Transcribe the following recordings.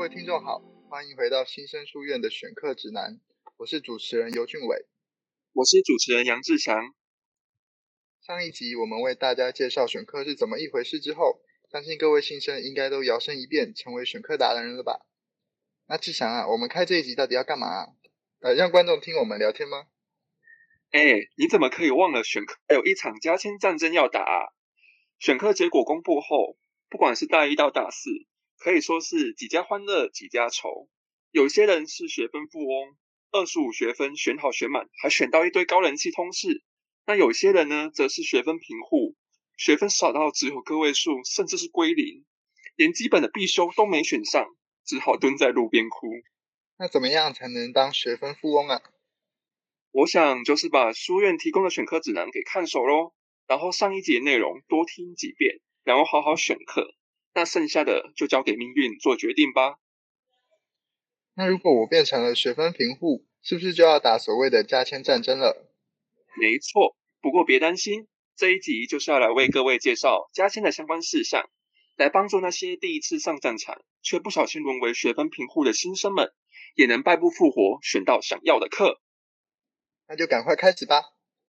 位听众好，欢迎回到新生书院的选课指南，我是主持人尤俊伟， 我是主持人杨志祥。 上一集我们为大家介绍选课是怎么一回事之后，相信各位新生应该都摇身一变成为选课达人了吧？那志祥啊，我们开这一集到底要干嘛啊？让观众听我们聊天吗？ 你怎么可以忘了选课还有一场加签战争要打啊？选课结果公布后，不管是大一到大四，可以说是几家欢乐几家愁。有些人是学分富翁，25学分选好选满，还选到一堆高人气通识。那有些人呢，则是学分贫户，学分少到只有个位数，甚至是归零，连基本的必修都没选上，只好蹲在路边哭。 那怎么样才能当学分富翁啊？ 我想就是把书院提供的选课指南给看熟咯，然后上一节内容多听几遍，然后好好选课，那剩下的就交给命运做决定吧。 那如果我变成了学分贫户，是不是就要打所谓的加签战争了？ 没错，不过别担心，这一集就是要来为各位介绍加签的相关事项，来帮助那些第一次上战场却不小心沦为学分贫户的新生们，也能败不复活，选到想要的课。 那就赶快开始吧。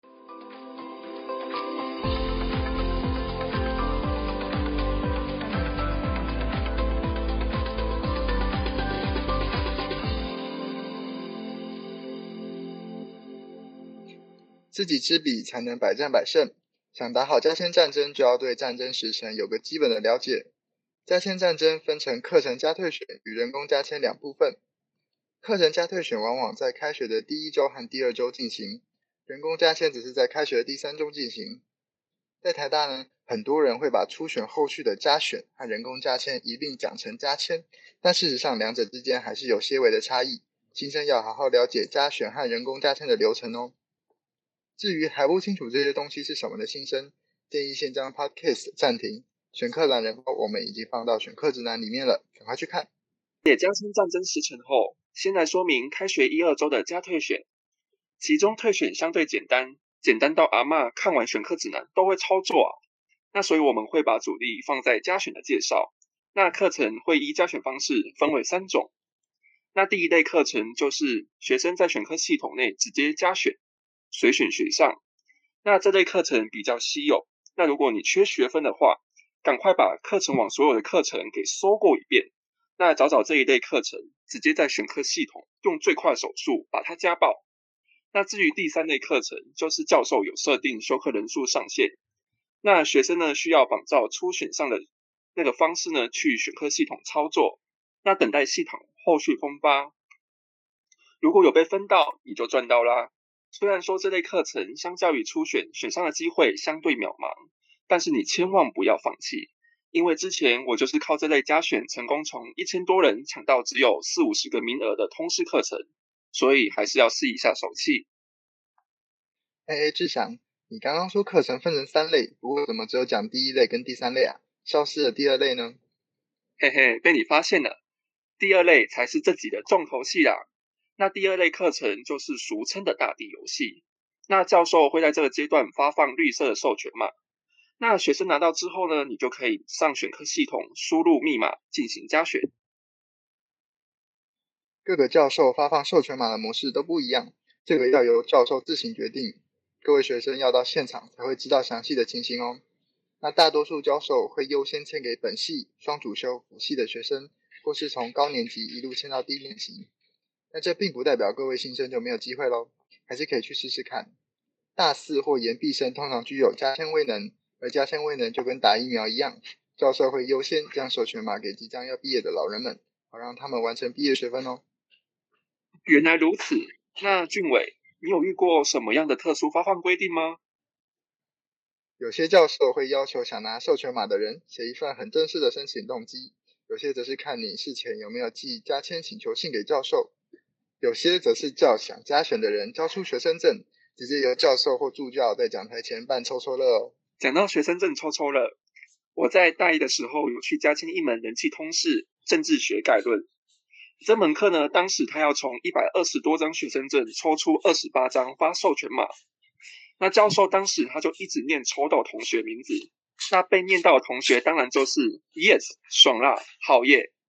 知己知彼，才能百战百胜。想打好加签战争，就要对战争时程有个基本的了解。加签战争分成课程加退选与人工加签两部分。课程加退选往往在开学的第一周和第二周进行，人工加签只是在开学的第三周进行。在台大呢，很多人会把初选后续的加选和人工加签一并讲成加签，但事实上两者之间还是有些微的差异。新生要好好了解加选和人工加签的流程哦。至于还不清楚这些东西是什么的新生，建议先将 Podcast 暂停，选课懒人包我们已经放到选课指南里面了，赶快去看。 加签战争时程后，先来说明开学1、2周的加退选。其中退选相对简单到阿嬷看完选课指南都会操作啊。那所以我们会把主力放在加选的介绍。那课程会依加选方式分为3种。那第一类课程就是学生在选课系统内直接加选，随选随上。那这类课程比较稀有。那如果你缺学分的话，赶快把课程网所有的课程给搜过一遍。那找这一类课程，直接在选课系统用最快手速把它加爆。那至于第3类课程，就是教授有设定修课人数上限，那学生呢需要仿照初选上的那个方式呢去选课系统操作，那等待系统后续分发。如果有被分到，你就赚到啦。虽然说这类课程相较于初选选上的机会相对渺茫，但是你千万不要放弃。因为之前我就是靠这类加选成功从1000多人抢到只有40-50个名额的通识课程，所以还是要试一下手气。 志祥，你刚刚说课程分成3类，不过怎么只有讲第1类跟第3类啊？消失了第2类呢？ 嘿嘿，被你发现了。第2类才是这集的重头戏啦。那第2类课程就是俗称的大地游戏。那教授会在这个阶段发放绿色的授权码。那学生拿到之后呢，你就可以上选课系统输入密码进行加选。 各个教授发放授权码的模式都不一样，这个要由教授自行决定，各位学生要到现场才会知道详细的情形哦。那大多数教授会优先签给本系、双主修辅系的学生，或是从高年级一路签到低年级。但这并不代表各位新生就没有机会咯，还是可以去试试看。大四或研毕生通常具有加签威能，而加签威能就跟打疫苗一样，教授会优先将授权码给即将要毕业的老人们，好让他们完成毕业学分哦。 原来如此，那俊伟，你有遇过什么样的特殊发放规定吗？ 有些教授会要求想拿授权码的人写一份很正式的申请动机，有些则是看你事前有没有寄加签请求信给教授，有些则是叫想加选的人交出学生证，直接由教授或助教在讲台前办抽抽乐哦。 讲到学生证抽抽乐，我在大一的时候有去加签一门人气通识政治学概论。这门课呢，当时他要从120多张学生证抽出28张发授权码。那教授当时他就一直念抽到同学名字，那被念到的同学当然就是 yes 爽啦，好耶。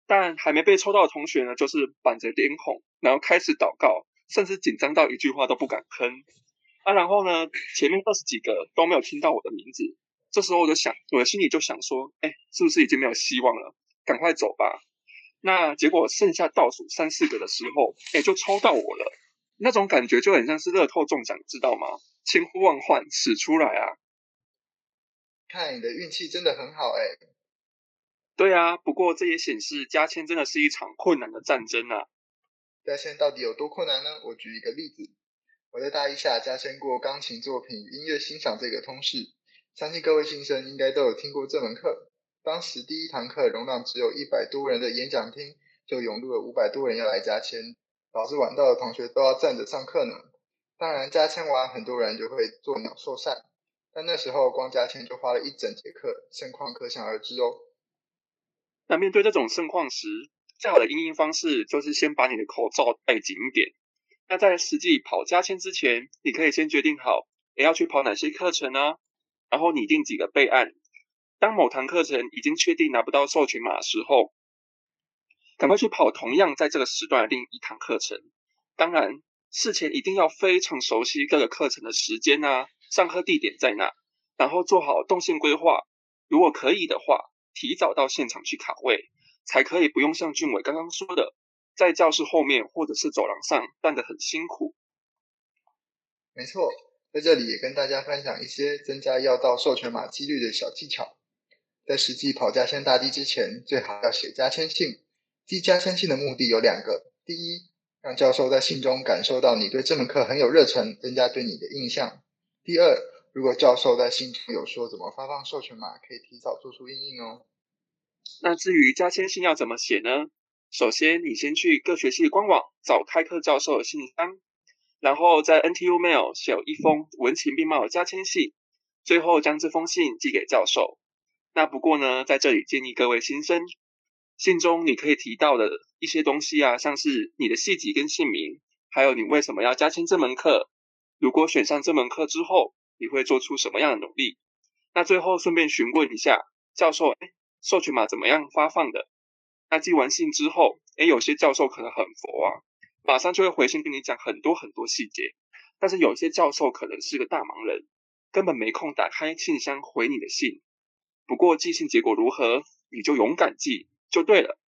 但还没被抽到的同学呢，就是板着脸孔，然后开始祷告，甚至紧张到一句话都不敢吭。然后呢，前面20几个都没有听到我的名字，这时候我的心里就想说，是不是已经没有希望了？赶快走吧。那结果剩下倒数3、4个的时候，就抽到我了。那种感觉就很像是乐透中奖，知道吗？千呼万唤始出来啊！ 看你的运气真的很好对啊，不过这也显示加签真的是一场困难的战争啊。 加签到底有多困难呢？我举一个例子，我在大一下加签过钢琴作品与音乐欣赏这个通识，相信各位新生应该都有听过这门课。当时第一堂课容量只有100多人的演讲厅，就涌入了500多人要来加签，导致晚到的同学都要站着上课呢。当然加签完很多人就会作鸟兽散，但那时候光加签就花了一整节课，盛况可想而知哦。 那面对这种盛况时，最好的因应方式就是先把你的口罩戴紧一点。那在实际跑加签之前，你可以先决定好要去跑哪些课程啊，然后拟定几个备案。当某堂课程已经确定拿不到授权码的时候，赶快去跑同样在这个时段的另一堂课程。当然，事前一定要非常熟悉各个课程的时间啊，上课地点在哪，然后做好动线规划。如果可以的话，提早到现场去卡位，才可以不用像俊伟刚刚说的，在教室后面或者是走廊上站得很辛苦。 没错，在这里也跟大家分享一些增加要到授权码几率的小技巧。在实际跑加签大地之前，最好要写加签信。寄加签信的目的有2个：第一，让教授在信中感受到你对这门课很有热忱，增加对你的印象；第二，如果教授在信中有说怎么发放授权码，可以提早做出因应哦。 那至于加签信要怎么写呢？首先，你先去各学系官网找开课教授的信箱，然后在 NTU Mail 写一封文情并茂的加签信，最后将这封信寄给教授。那不过呢，在这里建议各位新生，信中你可以提到的一些东西啊，像是你的系籍跟姓名，还有你为什么要加签这门课，如果选上这门课之后，你会做出什么样的努力？那最后顺便询问一下教授，授权码怎么样发放的？那寄完信之后，有些教授可能很佛啊，马上就会回信跟你讲很多很多细节，但是有些教授可能是个大忙人，根本没空打开信箱回你的信。不过寄信结果如何，你就勇敢寄就对了。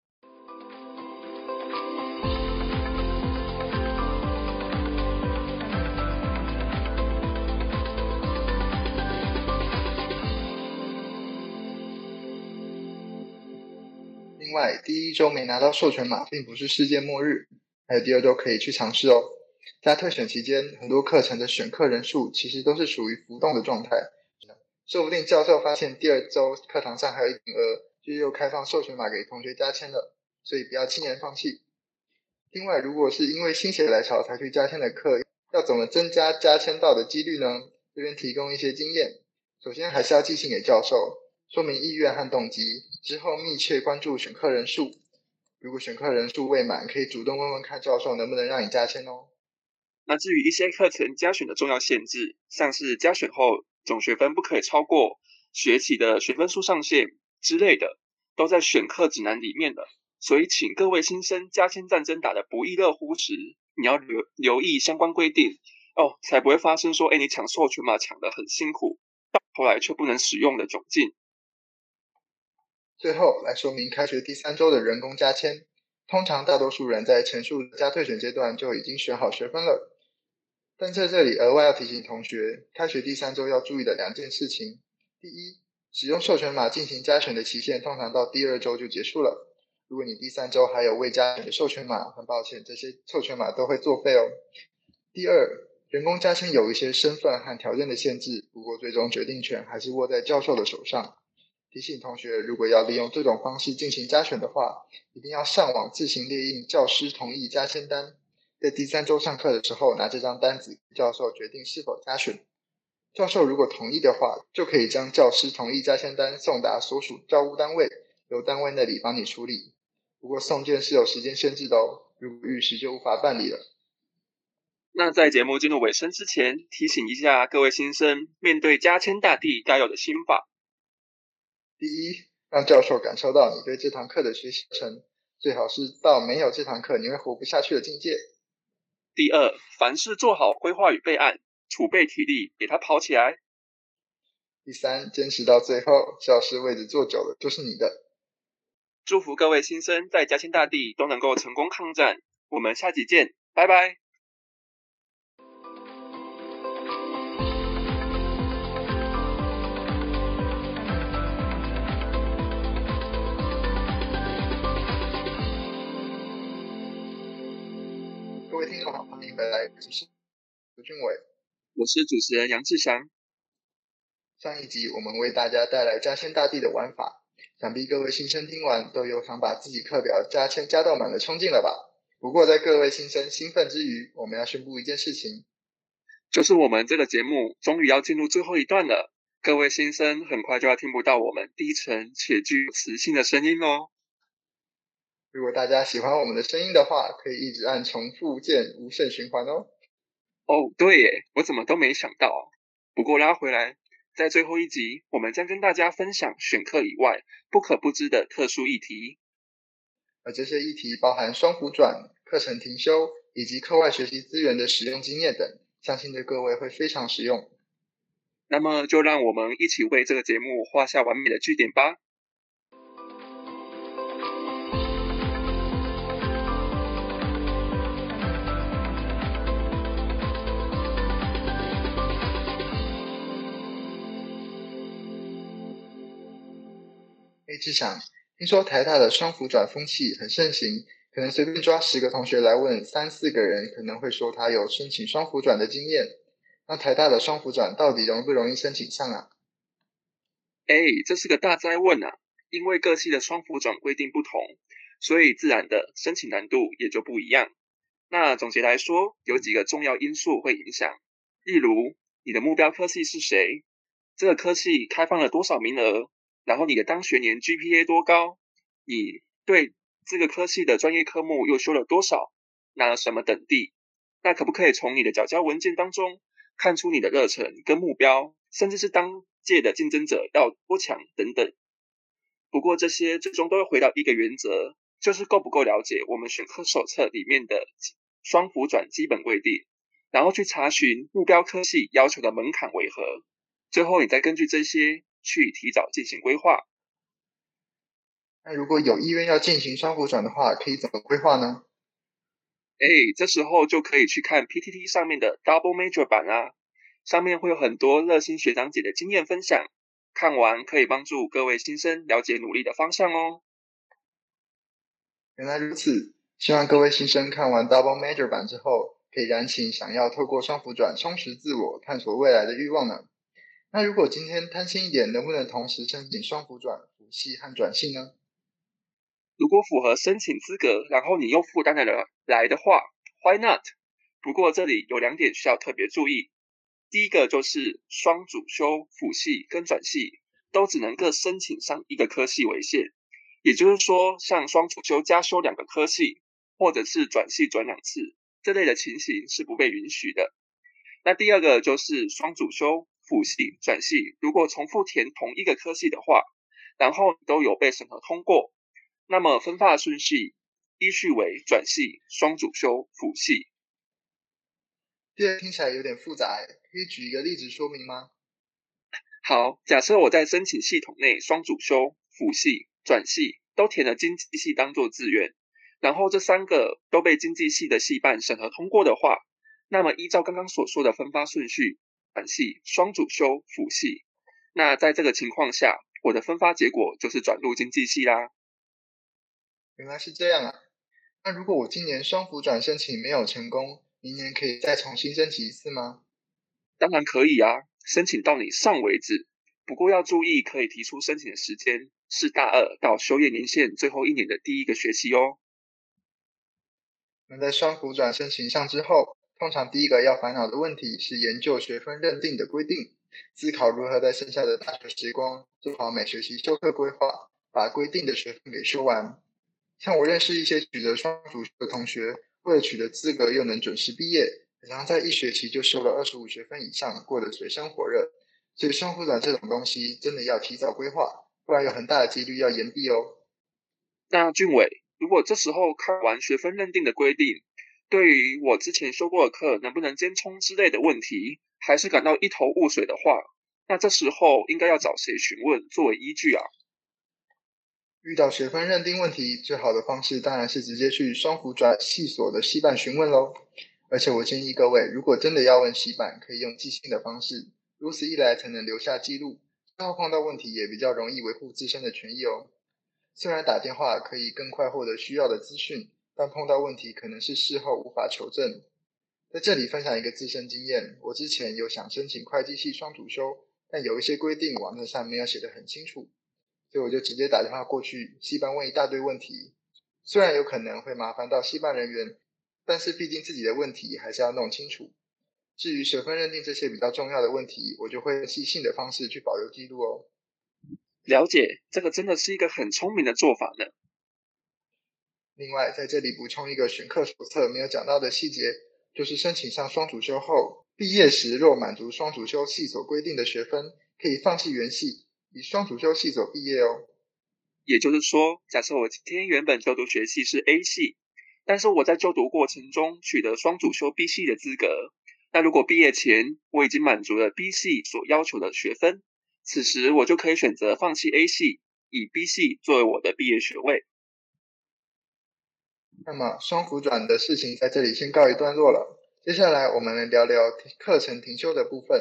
另外，第1周没拿到授权码并不是世界末日，还有第2周可以去尝试哦。加退选期间，很多课程的选课人数其实都是属于浮动的状态，说不定教授发现第2周课堂上还有一名额，就又开放授权码给同学加签了，所以不要轻言放弃。另外，如果是因为心血来潮才去加签的课，要怎么增加加签到的几率呢？这边提供一些经验。首先还是要寄信给教授，说明意愿和动机，之后密切关注选课人数。如果选课人数未满，可以主动问问看教授能不能让你加签哦。 那至于一些课程加选的重要限制，像是加选后总学分不可以超过学期的学分数上限之类的，都在选课指南里面的。所以请各位新生加签战争打得不亦乐乎时，你要留意相关规定哦，才不会发生说你抢授权码抢得很辛苦，到头来却不能使用的窘境。 最后来说明开学第3周的人工加签，通常大多数人在前述加退选阶段就已经选好学分了。但在这里额外要提醒同学，开学第3周要注意的2件事情。第一，使用授权码进行加选的期限通常到第2周就结束了。如果你第3周还有未加选的授权码，很抱歉，这些授权码都会作废哦。第二，人工加签有一些身份和条件的限制，不过最终决定权还是握在教授的手上。提醒同学，如果要利用这种方式进行加选的话，一定要上网自行列印教师同意加签单，在第3周上课的时候拿这张单子，教授决定是否加选。教授如果同意的话，就可以将教师同意加签单送达所属教务单位，由单位那里帮你处理。不过送件是有时间限制的哦，如果逾时就无法办理了。 那在节目进入尾声之前，提醒一下各位新生，面对加签大地该有的心法。 第一， 让教授感受到你对这堂课的学习程，最好是到没有这堂课你会活不下去的境界。 第二，凡事做好规划与备案，储备体力，给它跑起来。 第三，坚持到最后，教师位置坐久了就是你的。 祝福各位新生在嘉兴大地都能够成功抗战。我们下集见，拜拜。 各位听众好，欢迎回来，我是卢俊伟， 我是主持人杨志祥。 上一集我们为大家带来嘉兴大地的玩法，想必各位新生听完都有想把自己课表加到满的冲劲了吧？不过在各位新生兴奋之余，我们要宣布一件事情， 就是我们这个节目终于要进入最后一段了，各位新生很快就要听不到我们低沉且具有磁性的声音哦。 如果大家喜欢我们的声音的话，可以一直按重复键无限循环哦。 哦，对耶，我怎么都没想到。不过拉回来，在最后一集，我们将跟大家分享选课以外不可不知的特殊议题。 而这些议题包含双辅转、课程停修以及课外学习资源的使用经验等，相信对各位会非常实用。 那么就让我们一起为这个节目画下完美的句点吧。 志祥，听说台大的双辅转风气很盛行，可能随便抓10个同学来问，3、4个人可能会说他有申请双辅转的经验。那台大的双辅转到底容不容易申请上啊？ 这是个大哉问啊！因为各系的双辅转规定不同，所以自然的申请难度也就不一样。那总结来说，有几个重要因素会影响，例如你的目标科系是谁，这个科系开放了多少名额，然后你的当学年 GPA 多高，你对这个科系的专业科目又修了多少，那什么等地，那可不可以从你的缴交文件当中看出你的热忱跟目标，甚至是当届的竞争者要多强等等。不过这些最终都会回到一个原则，就是够不够了解我们选科手册里面的双辅转基本规定，然后去查询目标科系要求的门槛为何，最后你再根据这些去提早进行规划。 那如果有意愿要进行双辅转的话，可以怎么规划呢？ 这时候就可以去看 PTT 上面的 Double Major 版啊，上面会有很多热心学长姐的经验分享，看完可以帮助各位新生了解努力的方向哦。 原来如此，希望各位新生看完 Double Major 版之后，可以燃起想要透过双辅转充实自我、探索未来的欲望呢。那如果今天贪心一点，能不能同时申请双辅转、辅系和转系呢？ 如果符合申请资格，然后你又负担得来的话 ，Why not？ 不过这里有2点需要特别注意。第一个就是双主修辅系跟转系都只能各申请上1个科系为限，也就是说，像双主修加修2个科系，或者是转系转2次，这类的情形是不被允许的。那第二个就是双主修辅系转系，如果重复填同一个科系的话，然后都有被审核通过，那么分发顺序依序为转系、双主修、辅系。 这听起来有点复杂，可以举一个例子说明吗？ 好，假设我在申请系统内双主修、辅系、转系都填了经济系当作志愿，然后这3个都被经济系的系办审核通过的话，那么依照刚刚所说的分发顺序，转系、双主修、辅系，那在这个情况下，我的分发结果就是转入经济系啦。 原来是这样啊。那如果我今年双辅转申请没有成功，明年可以再重新申请一次吗？ 当然可以啊，申请到你上为止。不过要注意，可以提出申请的时间是大2到修业年限最后1年的第1个学期哦。 那在双辅转申请上之后，通常第一个要烦恼的问题是研究学分认定的规定，思考如何在剩下的大学时光做好每学期修课规划，把规定的学分给修完。像我认识一些取得双主修的同学，为了取得资格又能准时毕业，常常在1学期就修了25学分以上，过得水深火热。所以双辅转这种东西真的要提早规划， 不然有很大的几率要延毕哦。 那俊伟，如果这时候看完学分认定的规定，对于我之前修过的课能不能兼充之类的问题，还是感到一头雾水的话，那这时候应该要找谁询问作为依据啊？ 遇到学分认定问题，最好的方式当然是直接去双辅转系所的系办询问咯。而且我建议各位，如果真的要问系办，可以用寄信的方式，如此一来才能留下记录，之后碰到问题也比较容易维护自身的权益哦。虽然打电话可以更快获得需要的资讯，但碰到问题可能是事后无法求证。在这里分享一个自身经验，我之前有想申请会计系双主修，但有一些规定网站上没有写得很清楚，所以我就直接打电话过去，系办问一大堆问题。虽然有可能会麻烦到系办人员，但是毕竟自己的问题还是要弄清楚。至于学分认定这些比较重要的问题，我就会用寄信的方式去保留记录哦。 了解，这个真的是一个很聪明的做法呢。 另外，在这里补充一个选课手册没有讲到的细节，就是申请上双主修后，毕业时若满足双主修系所规定的学分，可以放弃原系，以双主修系所毕业哦。 也就是说，假设我今天原本就读学系是 A 系，但是我在就读过程中取得双主修 B 系的资格，那如果毕业前我已经满足了 B 系所要求的学分，此时我就可以选择放弃 A 系，以 B 系作为我的毕业学位。 那么双辅转的事情在这里先告一段落了，接下来我们来聊聊课程停修的部分。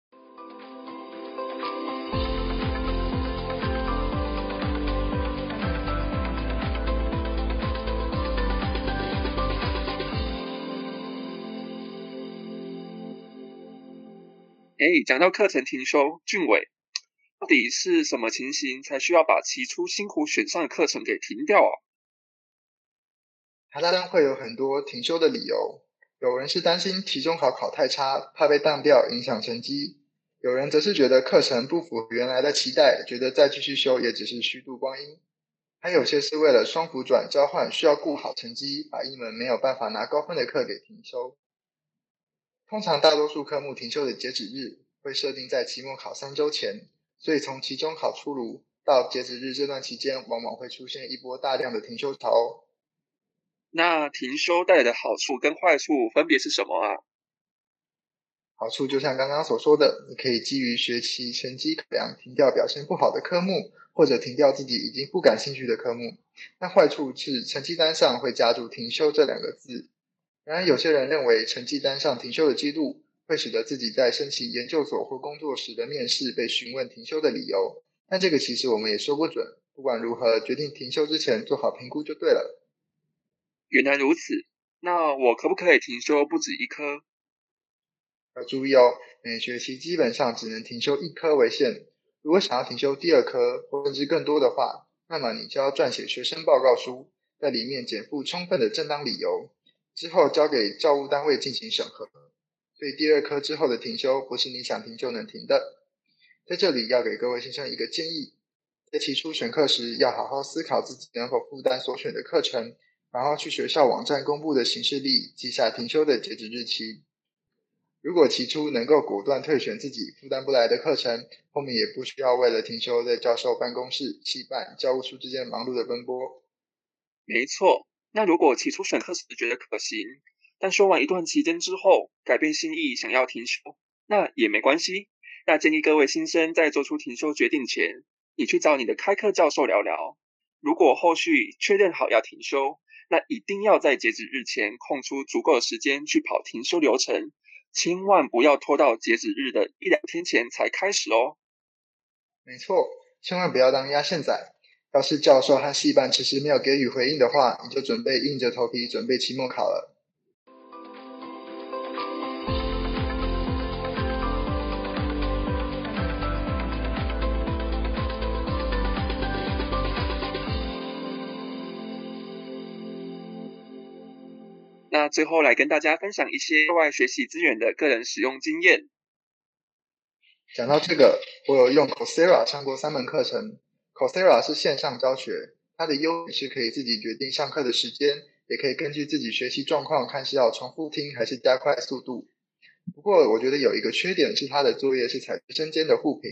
讲到课程停修，俊伟，到底是什么情形才需要把起初辛苦选上的课程给停掉啊？ 台大会有很多停修的理由，有人是担心期中考考太差，怕被当掉影响成绩；有人则是觉得课程不符合原来的期待，觉得再继续修也只是虚度光阴；还有些是为了双辅转交换需要顾好成绩，把一门没有办法拿高分的课给停修。通常大多数科目停修的截止日会设定在期末考3周前，所以从期中考出炉到截止日这段期间，往往会出现一波大量的停修潮哦。 那停修带来的好处跟坏处分别是什么啊？ 好处就像刚刚所说的，你可以基于学期成绩考量停掉表现不好的科目，或者停掉自己已经不感兴趣的科目。那坏处是成绩单上会加注停修这2个字。然而有些人认为成绩单上停修的记录会使得自己在申请研究所或工作时的面试被询问停修的理由，但这个其实我们也说不准。不管如何，决定停修之前做好评估就对了。 原来如此，那我可不可以停修不止一科？ 要注意哦，每学期基本上只能停修1科为限。如果想要停修第2科或甚至更多的话，那么你就要撰写学生报告书，在里面简附充分的正当理由，之后交给教务单位进行审核。所以第2科之后的停修不是你想停就能停的。在这里要给各位新生一个建议，在起初选课时要好好思考自己能否负担所选的课程，然后去学校网站公布的行事历记下停修的截止日期。如果起初能够果断退选自己负担不来的课程，后面也不需要为了停修在教授办公室、系办、教务处之间忙碌的奔波。 没错，那如果起初选课时觉得可行，但修完一段期间之后改变心意想要停修，那也没关系。那建议各位新生在做出停修决定前，你去找你的开课教授聊聊。如果后续确认好要停修，那一定要在截止日前空出足够的时间去跑停修流程，千万不要拖到截止日的1-2天前才开始哦。 没错，千万不要当压线仔。要是教授和系办迟迟没有给予回应的话，你就准备硬着头皮准备期末考了。 那最后来跟大家分享一些课外学习资源的个人使用经验。 讲到这个，我有用 Coursera 上过3门课程。Coursera 是线上教学，它的优点是可以自己决定上课的时间，也可以根据自己学习状况看是要重复听还是加快速度。不过我觉得有一个缺点是它的作业是采学生间的互评，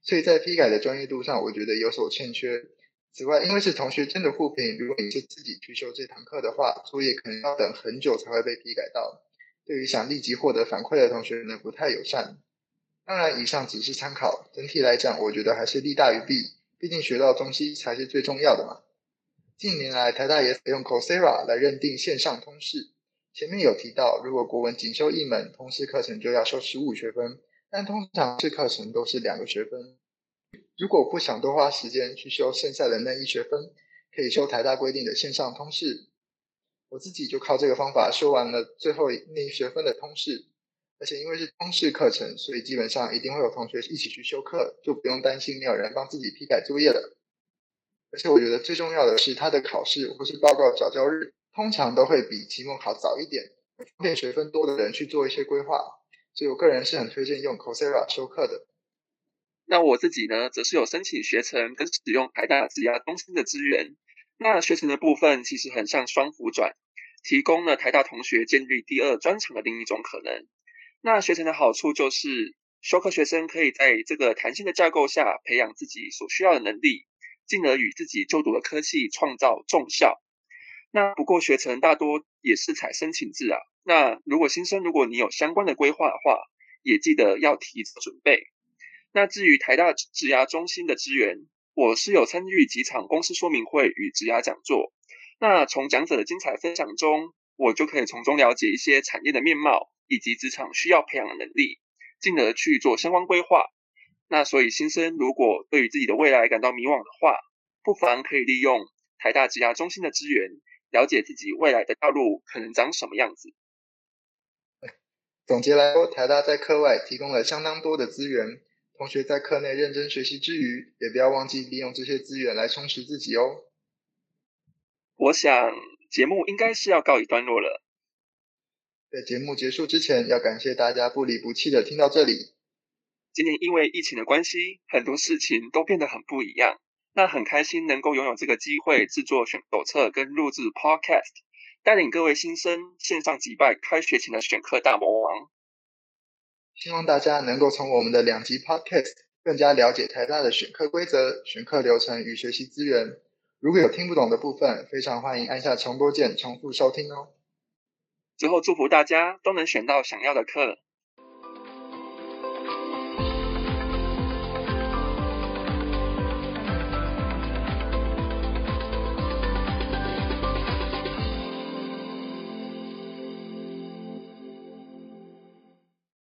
所以在批改的专业度上，我觉得有所欠缺。此外，因为是同学间的互评，如果你是自己去修这堂课的话，作业可能要等很久才会被批改到，对于想立即获得反馈的同学呢，不太友善。当然，以上只是参考，整体来讲，我觉得还是利大于弊，毕竟学到东西才是最重要的嘛。近年来，台大也采用 Coursera 来认定线上通识。前面有提到，如果国文仅修一门，通识课程就要修15学分，但通常是课程都是2个学分。如果不想多花时间去修剩下的那1学分，可以修台大规定的线上通识。我自己就靠这个方法修完了最后那1学分的通识，而且因为是通识课程，所以基本上一定会有同学一起去修课，就不用担心没有人帮自己批改作业了。而且我觉得最重要的是，它的考试或是报告缴交日，通常都会比期末考早一点，方便学分多的人去做一些规划。所以我个人是很推荐用 Coursera 修课的。 那我自己呢，则是有申请学程跟使用台大职涯中心的资源。那学程的部分其实很像双辅转，提供了台大同学建立第2专长的另一种可能。那学程的好处就是，修课学生可以在这个弹性的架构下培养自己所需要的能力，进而与自己就读的科系创造重效。那不过学程大多也是采申请制啊。那如果新生你有相关的规划的话，也记得要提早准备。那至于台大职涯中心的资源，我是有参与几场公司说明会与职涯讲座。那从讲者的精彩分享中，我就可以从中了解一些产业的面貌，以及职场需要培养的能力，进而去做相关规划。那所以新生如果对于自己的未来感到迷惘的话，不妨可以利用台大职涯中心的资源，了解自己未来的道路可能长什么样子。 总结来说，台大在课外提供了相当多的资源，同学在课内认真学习之余，也不要忘记利用这些资源来充实自己哦。 我想节目应该是要告一段落了。 在节目结束之前，要感谢大家不离不弃的听到这里。 今年因为疫情的关系，很多事情都变得很不一样。那很开心能够拥有这个机会制作选手册跟录制 Podcast， 带领各位新生线上击败开学前的选课大魔王。 希望大家能够从我们的2集 Podcast 更加了解台大的选课规则、选课流程与学习资源。如果有听不懂的部分，非常欢迎按下重播键重复收听哦。 之后祝福大家都能选到想要的课。